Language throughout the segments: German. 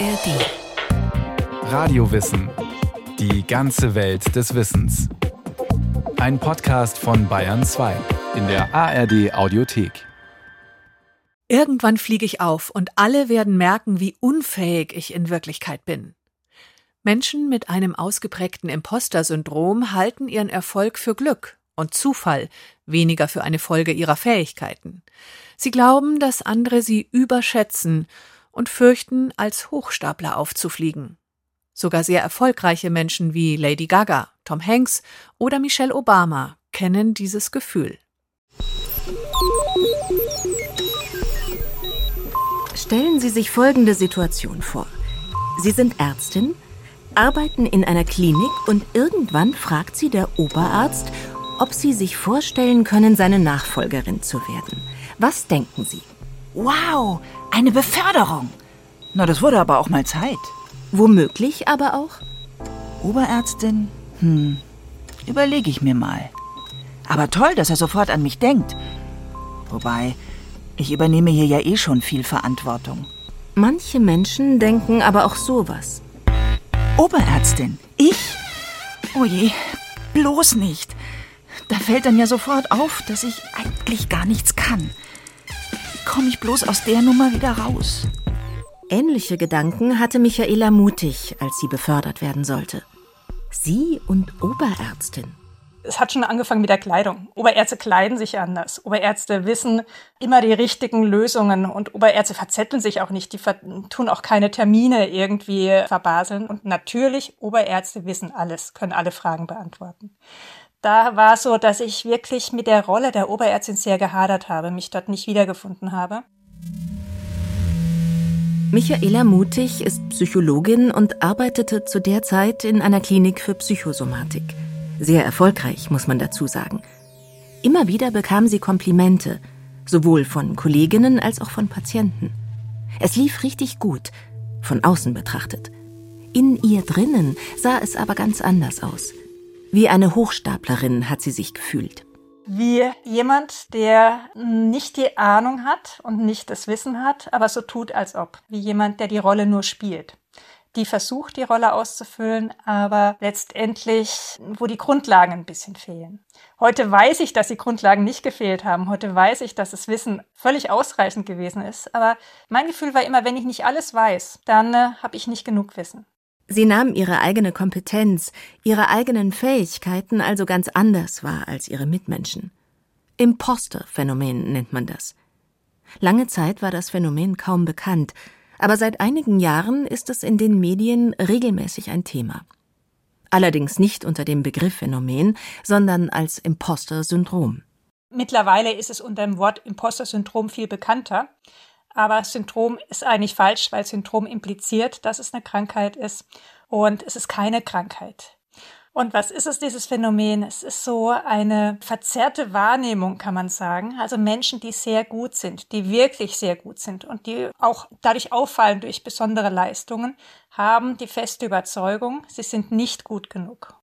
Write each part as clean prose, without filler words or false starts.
ARD. Radiowissen. Die ganze Welt des Wissens. Ein Podcast von Bayern 2 in der ARD Audiothek. Irgendwann fliege ich auf und alle werden merken, wie unfähig ich in Wirklichkeit bin. Menschen mit einem ausgeprägten Imposter-Syndrom halten ihren Erfolg für Glück und Zufall, weniger für eine Folge ihrer Fähigkeiten. Sie glauben, dass andere sie überschätzen und fürchten, als Hochstapler aufzufliegen. Sogar sehr erfolgreiche Menschen wie Lady Gaga, Tom Hanks oder Michelle Obama kennen dieses Gefühl. Stellen Sie sich folgende Situation vor. Sie sind Ärztin, arbeiten in einer Klinik und irgendwann fragt Sie der Oberarzt, ob Sie sich vorstellen können, seine Nachfolgerin zu werden. Was denken Sie? Wow, eine Beförderung. Na, das wurde aber auch mal Zeit. Womöglich aber auch? Oberärztin? Überlege ich mir mal. Aber toll, dass er sofort an mich denkt. Wobei, ich übernehme hier ja eh schon viel Verantwortung. Manche Menschen denken aber auch sowas. Oberärztin? Ich? Oh je, bloß nicht. Da fällt dann ja sofort auf, dass ich eigentlich gar nichts kann. Wie komme ich bloß aus der Nummer wieder raus? Ähnliche Gedanken hatte Michaela Mutig, als sie befördert werden sollte. Sie und Oberärztin. Es hat schon angefangen mit der Kleidung. Oberärzte kleiden sich anders. Oberärzte wissen immer die richtigen Lösungen und Oberärzte verzetteln sich auch nicht. Die tun auch keine Termine irgendwie verbaseln. Und natürlich, Oberärzte wissen alles, können alle Fragen beantworten. Da war es so, dass ich wirklich mit der Rolle der Oberärztin sehr gehadert habe, mich dort nicht wiedergefunden habe. Michaela Mutig ist Psychologin und arbeitete zu der Zeit in einer Klinik für Psychosomatik. Sehr erfolgreich, muss man dazu sagen. Immer wieder bekam sie Komplimente, sowohl von Kolleginnen als auch von Patienten. Es lief richtig gut, von außen betrachtet. In ihr drinnen sah es aber ganz anders aus. Wie eine Hochstaplerin hat sie sich gefühlt. Wie jemand, der nicht die Ahnung hat und nicht das Wissen hat, aber so tut, als ob. Wie jemand, der die Rolle nur spielt. Die versucht, die Rolle auszufüllen, aber letztendlich, wo die Grundlagen ein bisschen fehlen. Heute weiß ich, dass die Grundlagen nicht gefehlt haben. Heute weiß ich, dass das Wissen völlig ausreichend gewesen ist. Aber mein Gefühl war immer, wenn ich nicht alles weiß, dann habe ich nicht genug Wissen. Sie nahm ihre eigene Kompetenz, ihre eigenen Fähigkeiten also ganz anders wahr als ihre Mitmenschen. Imposter-Phänomen nennt man das. Lange Zeit war das Phänomen kaum bekannt, aber seit einigen Jahren ist es in den Medien regelmäßig ein Thema. Allerdings nicht unter dem Begriff Phänomen, sondern als Imposter-Syndrom. Mittlerweile ist es unter dem Wort Imposter-Syndrom viel bekannter. Aber Syndrom ist eigentlich falsch, weil Syndrom impliziert, dass es eine Krankheit ist. Und es ist keine Krankheit. Und was ist es, dieses Phänomen? Es ist so eine verzerrte Wahrnehmung, kann man sagen. Also Menschen, die sehr gut sind, die wirklich sehr gut sind und die auch dadurch auffallen durch besondere Leistungen, haben die feste Überzeugung, sie sind nicht gut genug.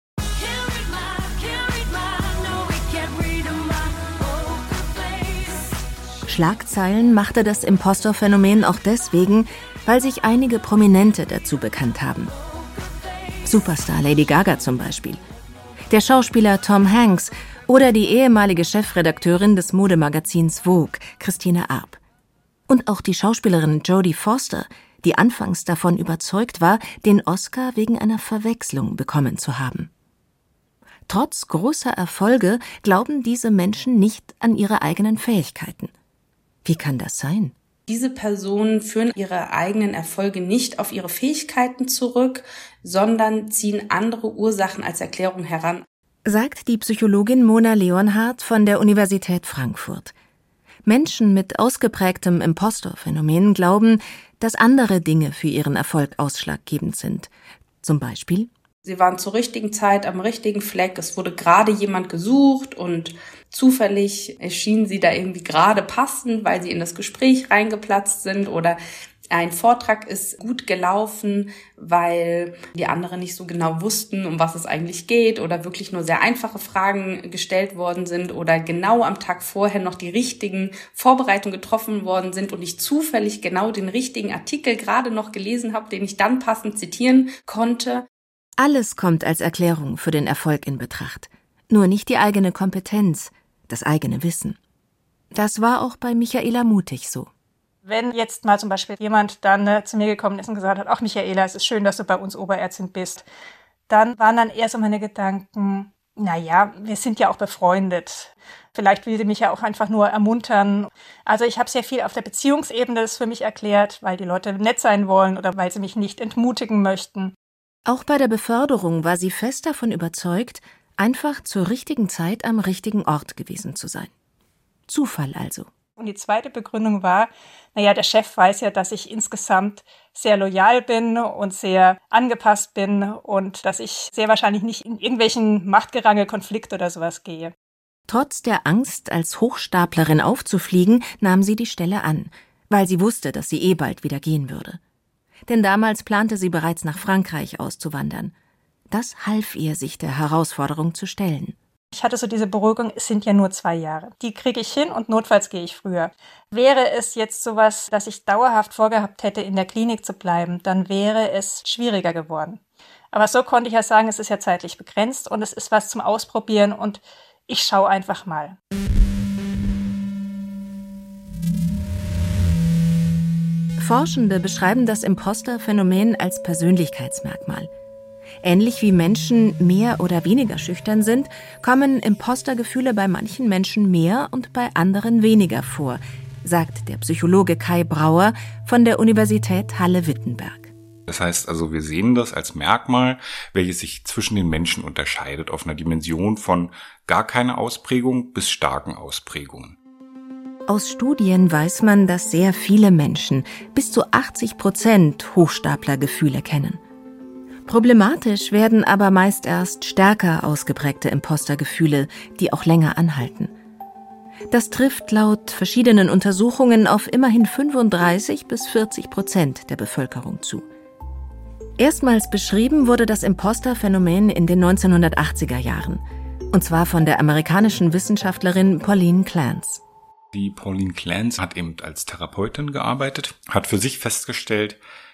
Schlagzeilen machte das Imposter-Phänomen auch deswegen, weil sich einige Prominente dazu bekannt haben. Superstar Lady Gaga zum Beispiel, der Schauspieler Tom Hanks oder die ehemalige Chefredakteurin des Modemagazins Vogue, Christine Arp. Und auch die Schauspielerin Jodie Foster, die anfangs davon überzeugt war, den Oscar wegen einer Verwechslung bekommen zu haben. Trotz großer Erfolge glauben diese Menschen nicht an ihre eigenen Fähigkeiten. Wie kann das sein? Diese Personen führen ihre eigenen Erfolge nicht auf ihre Fähigkeiten zurück, sondern ziehen andere Ursachen als Erklärung heran. Sagt die Psychologin Mona Leonhardt von der Universität Frankfurt. Menschen mit ausgeprägtem Imposter-Phänomen glauben, dass andere Dinge für ihren Erfolg ausschlaggebend sind. Zum Beispiel: Sie waren zur richtigen Zeit am richtigen Fleck, es wurde gerade jemand gesucht und zufällig erschienen sie da irgendwie gerade passend, weil sie in das Gespräch reingeplatzt sind, oder Ein Vortrag ist gut gelaufen, weil die anderen nicht so genau wussten, um was es eigentlich geht oder wirklich nur sehr einfache Fragen gestellt worden sind oder genau am Tag vorher noch die richtigen Vorbereitungen getroffen worden sind und ich zufällig genau den richtigen Artikel gerade noch gelesen habe, den ich dann passend zitieren konnte. Alles kommt als Erklärung für den Erfolg in Betracht. Nur nicht die eigene Kompetenz, das eigene Wissen. Das war auch bei Michaela Mutig so. Wenn jetzt mal zum Beispiel jemand dann zu mir gekommen ist und gesagt hat, ach Michaela, es ist schön, dass du bei uns Oberärztin bist, dann waren dann eher so meine Gedanken, naja, wir sind ja auch befreundet. Vielleicht will sie mich ja auch einfach nur ermuntern. Also ich habe sehr viel auf der Beziehungsebene das für mich erklärt, weil die Leute nett sein wollen oder weil sie mich nicht entmutigen möchten. Auch bei der Beförderung war sie fest davon überzeugt, einfach zur richtigen Zeit am richtigen Ort gewesen zu sein. Zufall also. Und die zweite Begründung war, naja, der Chef weiß ja, dass ich insgesamt sehr loyal bin und sehr angepasst bin und dass ich sehr wahrscheinlich nicht in irgendwelchen Machtgerangel, Konflikt oder sowas gehe. Trotz der Angst, als Hochstaplerin aufzufliegen, nahm sie die Stelle an, weil sie wusste, dass sie bald wieder gehen würde. Denn damals plante sie bereits nach Frankreich auszuwandern. Das half ihr, sich der Herausforderung zu stellen. Ich hatte so diese Beruhigung, es sind ja nur 2 Jahre. Die kriege ich hin und notfalls gehe ich früher. Wäre es jetzt sowas, dass ich dauerhaft vorgehabt hätte, in der Klinik zu bleiben, dann wäre es schwieriger geworden. Aber so konnte ich ja sagen, es ist ja zeitlich begrenzt und es ist was zum Ausprobieren und ich schaue einfach mal. Forschende beschreiben das Imposter-Phänomen als Persönlichkeitsmerkmal. Ähnlich wie Menschen mehr oder weniger schüchtern sind, kommen Impostergefühle bei manchen Menschen mehr und bei anderen weniger vor, sagt der Psychologe Kai Brauer von der Universität Halle-Wittenberg. Das heißt also, wir sehen das als Merkmal, welches sich zwischen den Menschen unterscheidet auf einer Dimension von gar keine Ausprägung bis starken Ausprägungen. Aus Studien weiß man, dass sehr viele Menschen, bis zu 80%, Hochstaplergefühle kennen. Problematisch werden aber meist erst stärker ausgeprägte Impostergefühle, die auch länger anhalten. Das trifft laut verschiedenen Untersuchungen auf immerhin 35-40% der Bevölkerung zu. Erstmals beschrieben wurde das Imposter-Phänomen in den 1980er Jahren, und zwar von der amerikanischen Wissenschaftlerin Pauline Clance. Die Pauline Clance hat eben als Therapeutin gearbeitet, hat für sich festgestellt,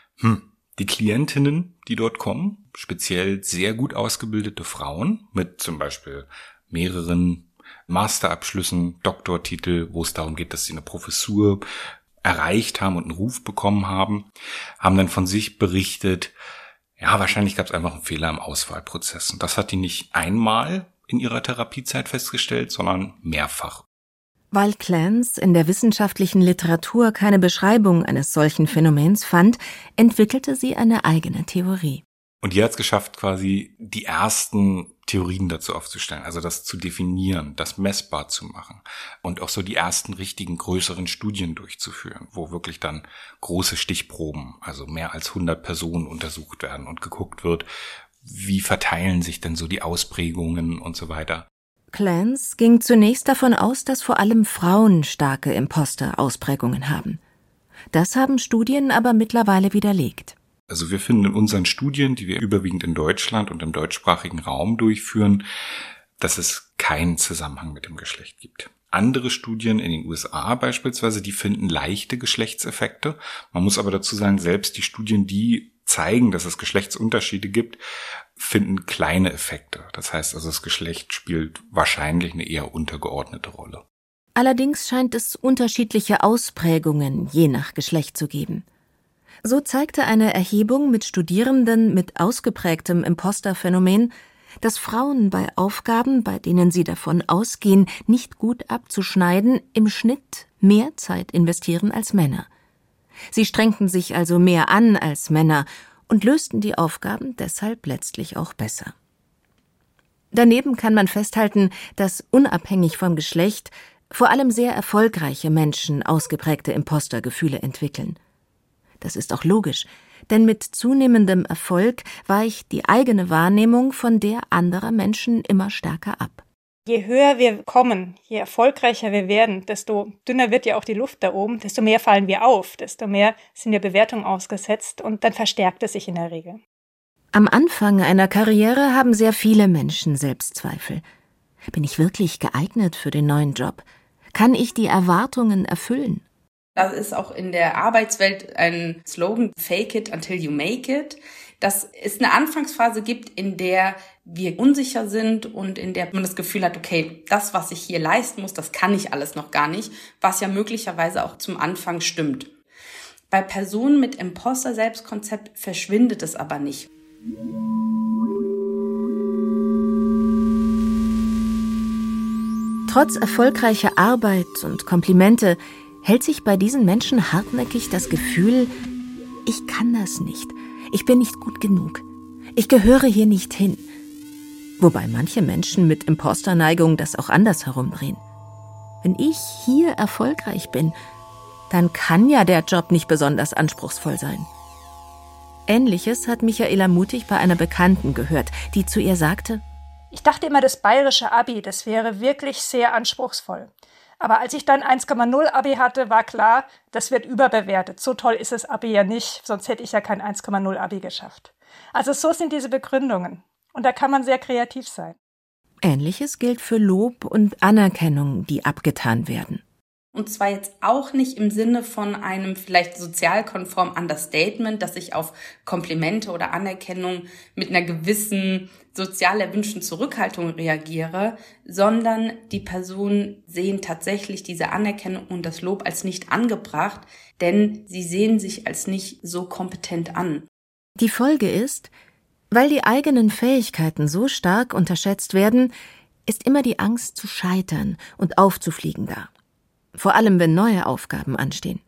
die Klientinnen, die dort kommen, speziell sehr gut ausgebildete Frauen mit zum Beispiel mehreren Masterabschlüssen, Doktortitel, wo es darum geht, dass sie eine Professur erreicht haben und einen Ruf bekommen haben dann von sich berichtet, ja, wahrscheinlich gab es einfach einen Fehler im Auswahlprozess. Und das hat die nicht einmal in ihrer Therapiezeit festgestellt, sondern mehrfach. Weil Clance in der wissenschaftlichen Literatur keine Beschreibung eines solchen Phänomens fand, entwickelte sie eine eigene Theorie. Und die hat es geschafft, quasi die ersten Theorien dazu aufzustellen, also das zu definieren, das messbar zu machen und auch so die ersten richtigen größeren Studien durchzuführen, wo wirklich dann große Stichproben, also mehr als 100 Personen untersucht werden und geguckt wird, wie verteilen sich denn so die Ausprägungen und so weiter. Clance ging zunächst davon aus, dass vor allem Frauen starke Imposter-Ausprägungen haben. Das haben Studien aber mittlerweile widerlegt. Also wir finden in unseren Studien, die wir überwiegend in Deutschland und im deutschsprachigen Raum durchführen, dass es keinen Zusammenhang mit dem Geschlecht gibt. Andere Studien in den USA beispielsweise, die finden leichte Geschlechtseffekte. Man muss aber dazu sagen, selbst die Studien, die zeigen, dass es Geschlechtsunterschiede gibt, finden kleine Effekte. Das heißt also, das Geschlecht spielt wahrscheinlich eine eher untergeordnete Rolle. Allerdings scheint es unterschiedliche Ausprägungen je nach Geschlecht zu geben. So zeigte eine Erhebung mit Studierenden mit ausgeprägtem Imposter-Phänomen, dass Frauen bei Aufgaben, bei denen sie davon ausgehen, nicht gut abzuschneiden, im Schnitt mehr Zeit investieren als Männer. Sie strengten sich also mehr an als Männer und lösten die Aufgaben deshalb letztlich auch besser. Daneben kann man festhalten, dass unabhängig vom Geschlecht vor allem sehr erfolgreiche Menschen ausgeprägte Impostergefühle entwickeln. Das ist auch logisch, denn mit zunehmendem Erfolg weicht die eigene Wahrnehmung von der anderer Menschen immer stärker ab. Je höher wir kommen, je erfolgreicher wir werden, desto dünner wird ja auch die Luft da oben, desto mehr fallen wir auf, desto mehr sind wir Bewertungen ausgesetzt und dann verstärkt es sich in der Regel. Am Anfang einer Karriere haben sehr viele Menschen Selbstzweifel. Bin ich wirklich geeignet für den neuen Job? Kann ich die Erwartungen erfüllen? Das ist auch in der Arbeitswelt ein Slogan, Fake it until you make it, dass es eine Anfangsphase gibt, in der wir unsicher sind und in der man das Gefühl hat, okay, das, was ich hier leisten muss, das kann ich alles noch gar nicht, was ja möglicherweise auch zum Anfang stimmt. Bei Personen mit Imposter-Selbstkonzept verschwindet es aber nicht. Trotz erfolgreicher Arbeit und Komplimente hält sich bei diesen Menschen hartnäckig das Gefühl, ich kann das nicht, ich bin nicht gut genug, ich gehöre hier nicht hin. Wobei manche Menschen mit Imposterneigung das auch anders herumdrehen. Wenn ich hier erfolgreich bin, dann kann ja der Job nicht besonders anspruchsvoll sein. Ähnliches hat Michaela Mutig bei einer Bekannten gehört, die zu ihr sagte: Ich dachte immer, das bayerische Abi, das wäre wirklich sehr anspruchsvoll. Aber als ich dann 1,0 Abi hatte, war klar, das wird überbewertet. So toll ist das Abi ja nicht, sonst hätte ich ja kein 1,0 Abi geschafft. Also so sind diese Begründungen. Und da kann man sehr kreativ sein. Ähnliches gilt für Lob und Anerkennung, die abgetan werden. Und zwar jetzt auch nicht im Sinne von einem vielleicht sozialkonform Understatement, dass ich auf Komplimente oder Anerkennung mit einer gewissen sozial erwünschten Zurückhaltung reagiere, sondern die Personen sehen tatsächlich diese Anerkennung und das Lob als nicht angebracht, denn sie sehen sich als nicht so kompetent an. Die Folge ist, weil die eigenen Fähigkeiten so stark unterschätzt werden, ist immer die Angst zu scheitern und aufzufliegen da. Vor allem, wenn neue Aufgaben anstehen.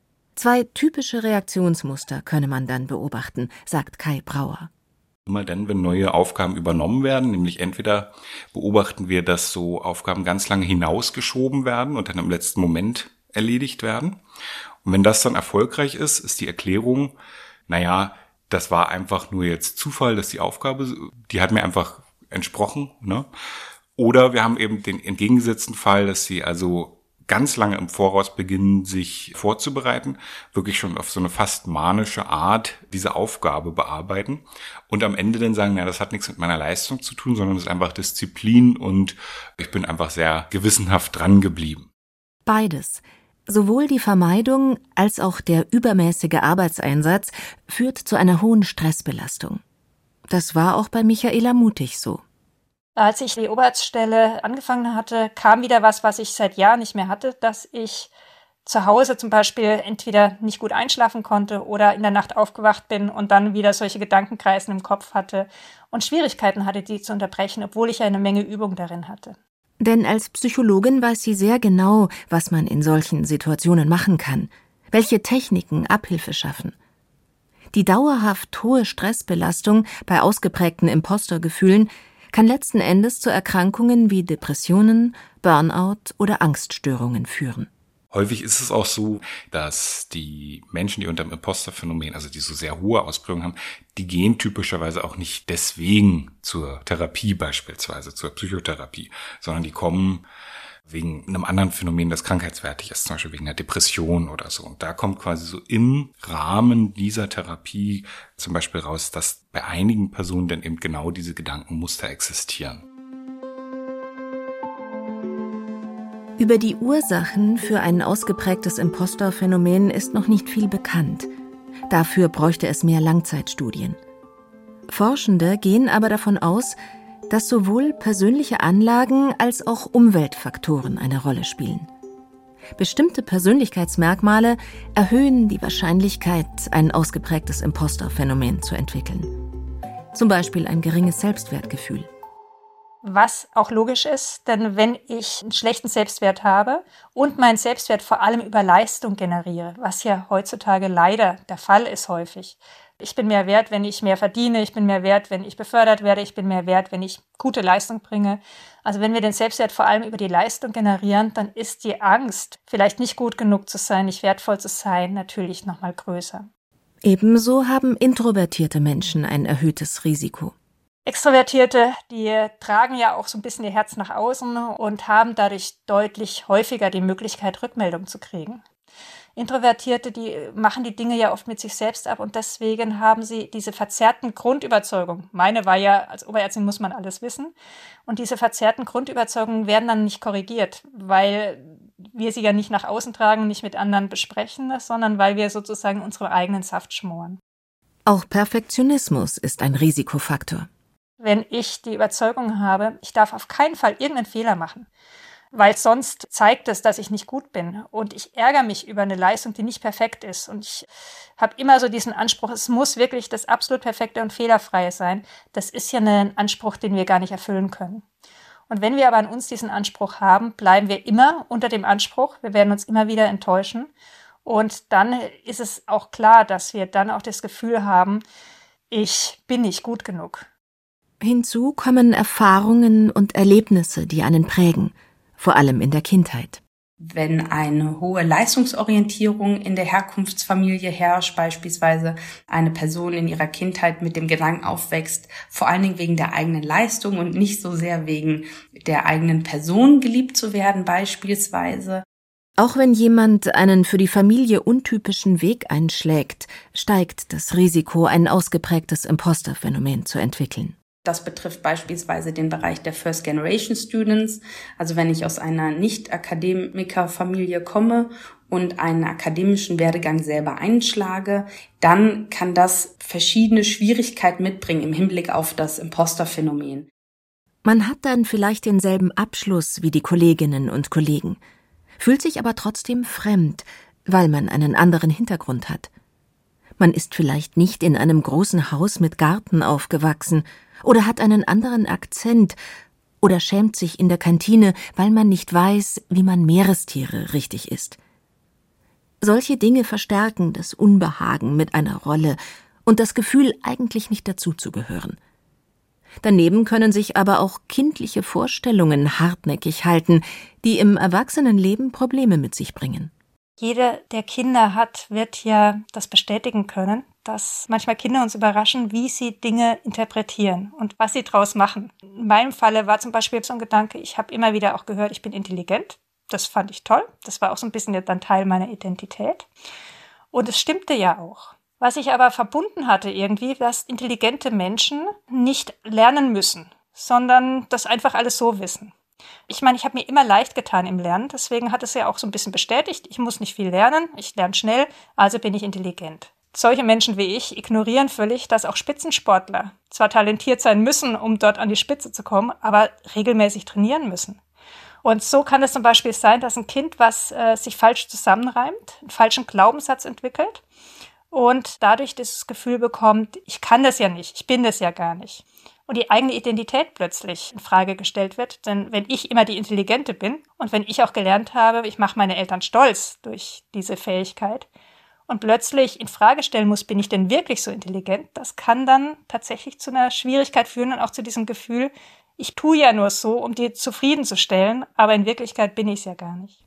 2 typische Reaktionsmuster könne man dann beobachten, sagt Kai Brauer. Immer dann, wenn neue Aufgaben übernommen werden, nämlich entweder beobachten wir, dass so Aufgaben ganz lange hinausgeschoben werden und dann im letzten Moment erledigt werden. Und wenn das dann erfolgreich ist, ist die Erklärung, naja, das war einfach nur jetzt Zufall, dass die Aufgabe, die hat mir einfach entsprochen, ne? Oder wir haben eben den entgegengesetzten Fall, dass sie also ganz lange im Voraus beginnen, sich vorzubereiten, wirklich schon auf so eine fast manische Art diese Aufgabe bearbeiten und am Ende dann sagen, na, das hat nichts mit meiner Leistung zu tun, sondern es ist einfach Disziplin und ich bin einfach sehr gewissenhaft dran geblieben. Beides. Sowohl die Vermeidung als auch der übermäßige Arbeitseinsatz führt zu einer hohen Stressbelastung. Das war auch bei Michaela Mutig so. Als ich die Oberarztstelle angefangen hatte, kam wieder was ich seit Jahren nicht mehr hatte, dass ich zu Hause zum Beispiel entweder nicht gut einschlafen konnte oder in der Nacht aufgewacht bin und dann wieder solche Gedankenkreisen im Kopf hatte und Schwierigkeiten hatte, die zu unterbrechen, obwohl ich ja eine Menge Übung darin hatte. Denn als Psychologin weiß sie sehr genau, was man in solchen Situationen machen kann, welche Techniken Abhilfe schaffen. Die dauerhaft hohe Stressbelastung bei ausgeprägten Impostergefühlen kann letzten Endes zu Erkrankungen wie Depressionen, Burnout oder Angststörungen führen. Häufig ist es auch so, dass die Menschen, die unter dem Imposterphänomen, also die so sehr hohe Ausprägung haben, die gehen typischerweise auch nicht deswegen zur Therapie beispielsweise, zur Psychotherapie, sondern die kommen wegen einem anderen Phänomen, das krankheitswertig ist, zum Beispiel wegen einer Depression oder so. Und da kommt quasi so im Rahmen dieser Therapie zum Beispiel raus, dass bei einigen Personen dann eben genau diese Gedankenmuster existieren. Über die Ursachen für ein ausgeprägtes Imposterphänomen ist noch nicht viel bekannt. Dafür bräuchte es mehr Langzeitstudien. Forschende gehen aber davon aus, dass sowohl persönliche Anlagen als auch Umweltfaktoren eine Rolle spielen. Bestimmte Persönlichkeitsmerkmale erhöhen die Wahrscheinlichkeit, ein ausgeprägtes Imposterphänomen zu entwickeln. Zum Beispiel ein geringes Selbstwertgefühl. Was auch logisch ist, denn wenn ich einen schlechten Selbstwert habe und meinen Selbstwert vor allem über Leistung generiere, was ja heutzutage leider der Fall ist häufig. Ich bin mehr wert, wenn ich mehr verdiene, ich bin mehr wert, wenn ich befördert werde, ich bin mehr wert, wenn ich gute Leistung bringe. Also wenn wir den Selbstwert vor allem über die Leistung generieren, dann ist die Angst, vielleicht nicht gut genug zu sein, nicht wertvoll zu sein, natürlich nochmal größer. Ebenso haben introvertierte Menschen ein erhöhtes Risiko. Extrovertierte, die tragen ja auch so ein bisschen ihr Herz nach außen und haben dadurch deutlich häufiger die Möglichkeit, Rückmeldung zu kriegen. Introvertierte, die machen die Dinge ja oft mit sich selbst ab und deswegen haben sie diese verzerrten Grundüberzeugungen. Meine war ja, als Oberärztin muss man alles wissen. Und diese verzerrten Grundüberzeugungen werden dann nicht korrigiert, weil wir sie ja nicht nach außen tragen, nicht mit anderen besprechen, sondern weil wir sozusagen unseren eigenen Saft schmoren. Auch Perfektionismus ist ein Risikofaktor. Wenn ich die Überzeugung habe, ich darf auf keinen Fall irgendeinen Fehler machen, weil sonst zeigt es, dass ich nicht gut bin und ich ärgere mich über eine Leistung, die nicht perfekt ist und ich habe immer so diesen Anspruch, es muss wirklich das absolut perfekte und fehlerfreie sein. Das ist ja ein Anspruch, den wir gar nicht erfüllen können. Und wenn wir aber an uns diesen Anspruch haben, bleiben wir immer unter dem Anspruch, wir werden uns immer wieder enttäuschen und dann ist es auch klar, dass wir dann auch das Gefühl haben, ich bin nicht gut genug. Hinzu kommen Erfahrungen und Erlebnisse, die einen prägen, vor allem in der Kindheit. Wenn eine hohe Leistungsorientierung in der Herkunftsfamilie herrscht, beispielsweise eine Person in ihrer Kindheit mit dem Gedanken aufwächst, vor allen Dingen wegen der eigenen Leistung und nicht so sehr wegen der eigenen Person geliebt zu werden, beispielsweise. Auch wenn jemand einen für die Familie untypischen Weg einschlägt, steigt das Risiko, ein ausgeprägtes Imposter-Phänomen zu entwickeln. Das betrifft beispielsweise den Bereich der First-Generation-Students. Also wenn ich aus einer Nicht-Akademiker-Familie komme und einen akademischen Werdegang selber einschlage, dann kann das verschiedene Schwierigkeiten mitbringen im Hinblick auf das Imposter-Phänomen. Man hat dann vielleicht denselben Abschluss wie die Kolleginnen und Kollegen, fühlt sich aber trotzdem fremd, weil man einen anderen Hintergrund hat. Man ist vielleicht nicht in einem großen Haus mit Garten aufgewachsen oder hat einen anderen Akzent oder schämt sich in der Kantine, weil man nicht weiß, wie man Meerestiere richtig isst. Solche Dinge verstärken das Unbehagen mit einer Rolle und das Gefühl, eigentlich nicht dazuzugehören. Daneben können sich aber auch kindliche Vorstellungen hartnäckig halten, die im Erwachsenenleben Probleme mit sich bringen. Jeder, der Kinder hat, wird ja das bestätigen können, dass manchmal Kinder uns überraschen, wie sie Dinge interpretieren und was sie draus machen. In meinem Falle war zum Beispiel so ein Gedanke, ich habe immer wieder auch gehört, ich bin intelligent. Das fand ich toll. Das war auch so ein bisschen dann Teil meiner Identität. Und es stimmte ja auch. Was ich aber verbunden hatte irgendwie, dass intelligente Menschen nicht lernen müssen, sondern das einfach alles so wissen. Ich meine, ich habe mir immer leicht getan im Lernen, deswegen hat es ja auch so ein bisschen bestätigt, ich muss nicht viel lernen, ich lerne schnell, also bin ich intelligent. Solche Menschen wie ich ignorieren völlig, dass auch Spitzensportler zwar talentiert sein müssen, um dort an die Spitze zu kommen, aber regelmäßig trainieren müssen. Und so kann es zum Beispiel sein, dass ein Kind, was sich falsch zusammenreimt, einen falschen Glaubenssatz entwickelt und dadurch das Gefühl bekommt, ich kann das ja nicht, ich bin das ja gar nicht. Und die eigene Identität plötzlich in Frage gestellt wird. Denn wenn ich immer die Intelligente bin und wenn ich auch gelernt habe, ich mache meine Eltern stolz durch diese Fähigkeit und plötzlich in Frage stellen muss, bin ich denn wirklich so intelligent, das kann dann tatsächlich zu einer Schwierigkeit führen und auch zu diesem Gefühl, ich tue ja nur so, um die zufriedenzustellen, aber in Wirklichkeit bin ich es ja gar nicht.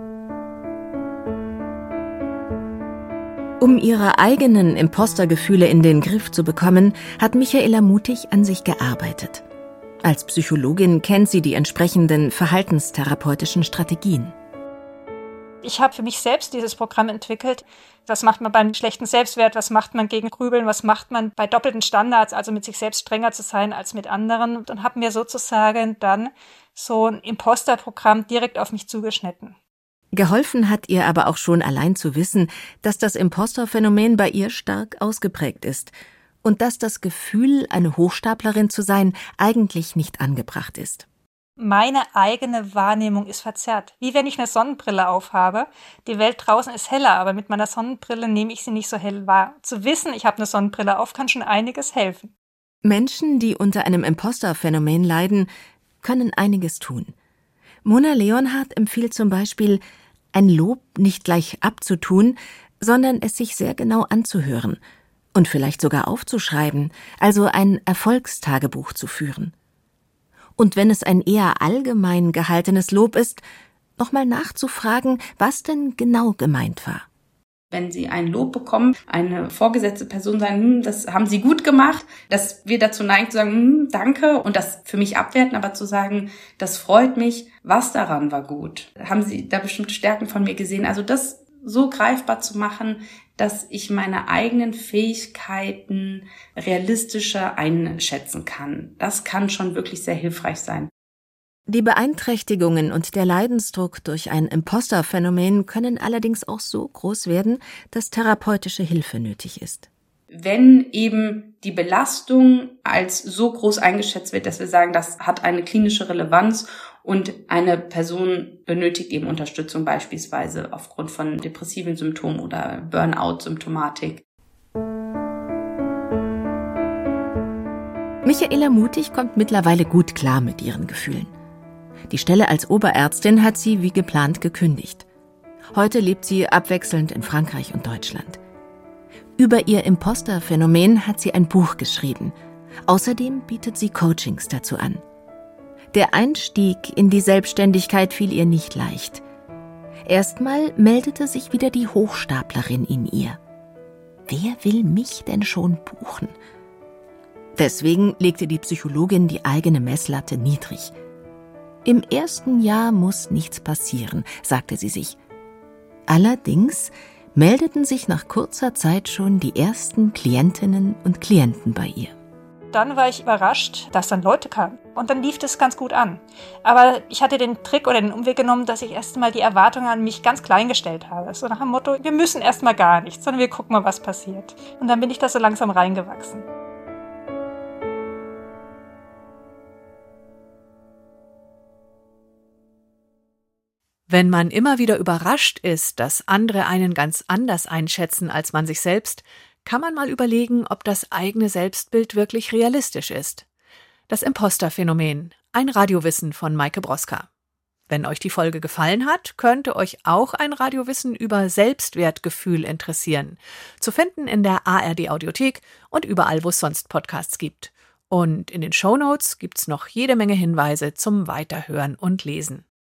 Um ihre eigenen Impostergefühle in den Griff zu bekommen, hat Michaela mutig an sich gearbeitet. Als Psychologin kennt sie die entsprechenden verhaltenstherapeutischen Strategien. Ich habe für mich selbst dieses Programm entwickelt. Was macht man beim schlechten Selbstwert? Was macht man gegen Grübeln? Was macht man bei doppelten Standards, also mit sich selbst strenger zu sein als mit anderen? Und habe mir sozusagen dann so ein Imposter-Programm direkt auf mich zugeschnitten. Geholfen hat ihr aber auch schon allein zu wissen, dass das Imposter-Phänomen bei ihr stark ausgeprägt ist und dass das Gefühl, eine Hochstaplerin zu sein, eigentlich nicht angebracht ist. Meine eigene Wahrnehmung ist verzerrt. Wie wenn ich eine Sonnenbrille aufhabe. Die Welt draußen ist heller, aber mit meiner Sonnenbrille nehme ich sie nicht so hell wahr. Zu wissen, ich habe eine Sonnenbrille auf, kann schon einiges helfen. Menschen, die unter einem Imposter-Phänomen leiden, können einiges tun. Mona Leonhardt empfiehlt zum Beispiel, ein Lob nicht gleich abzutun, sondern es sich sehr genau anzuhören und vielleicht sogar aufzuschreiben, also ein Erfolgstagebuch zu führen. Und wenn es ein eher allgemein gehaltenes Lob ist, nochmal nachzufragen, was denn genau gemeint war. wenn sie ein Lob bekommen, eine vorgesetzte Person sagen, das haben sie gut gemacht, dass wir dazu neigen zu sagen, danke, und das für mich abwerten, aber zu sagen, das freut mich, was daran war gut. Haben sie da bestimmte Stärken von mir gesehen? Also das so greifbar zu machen, dass ich meine eigenen Fähigkeiten realistischer einschätzen kann. Das kann schon wirklich sehr hilfreich sein. Die Beeinträchtigungen und der Leidensdruck durch ein Imposter-Phänomen können allerdings auch so groß werden, dass therapeutische Hilfe nötig ist. Wenn eben die Belastung als so groß eingeschätzt wird, dass wir sagen, das hat eine klinische Relevanz und eine Person benötigt eben Unterstützung, beispielsweise aufgrund von depressiven Symptomen oder Burnout-Symptomatik. Michaela Mutig kommt mittlerweile gut klar mit ihren Gefühlen. Die Stelle als Oberärztin hat sie wie geplant gekündigt. Heute lebt sie abwechselnd in Frankreich und Deutschland. Über ihr Imposter-Phänomen hat sie ein Buch geschrieben. Außerdem bietet sie Coachings dazu an. Der Einstieg in die Selbstständigkeit fiel ihr nicht leicht. Erstmal meldete sich wieder die Hochstaplerin in ihr. Wer will mich denn schon buchen? Deswegen legte die Psychologin die eigene Messlatte niedrig. Im ersten Jahr muss nichts passieren, sagte sie sich. Allerdings meldeten sich nach kurzer Zeit schon die ersten Klientinnen und Klienten bei ihr. Dann war ich überrascht, dass dann Leute kamen. Und dann lief das ganz gut an. Aber ich hatte den Trick oder den Umweg genommen, dass ich erst mal die Erwartungen an mich ganz klein gestellt habe. So nach dem Motto, wir müssen erst mal gar nichts, sondern wir gucken mal, was passiert. Und dann bin ich da so langsam reingewachsen. Wenn man immer wieder überrascht ist, dass andere einen ganz anders einschätzen als man sich selbst, kann man mal überlegen, ob das eigene Selbstbild wirklich realistisch ist. Das Imposter-Phänomen, ein Radiowissen von Maike Broska. Wenn euch die Folge gefallen hat, könnte euch auch ein Radiowissen über Selbstwertgefühl interessieren. Zu finden in der ARD-Audiothek und überall, wo es sonst Podcasts gibt. Und in den Shownotes gibt's noch jede Menge Hinweise zum Weiterhören und Lesen.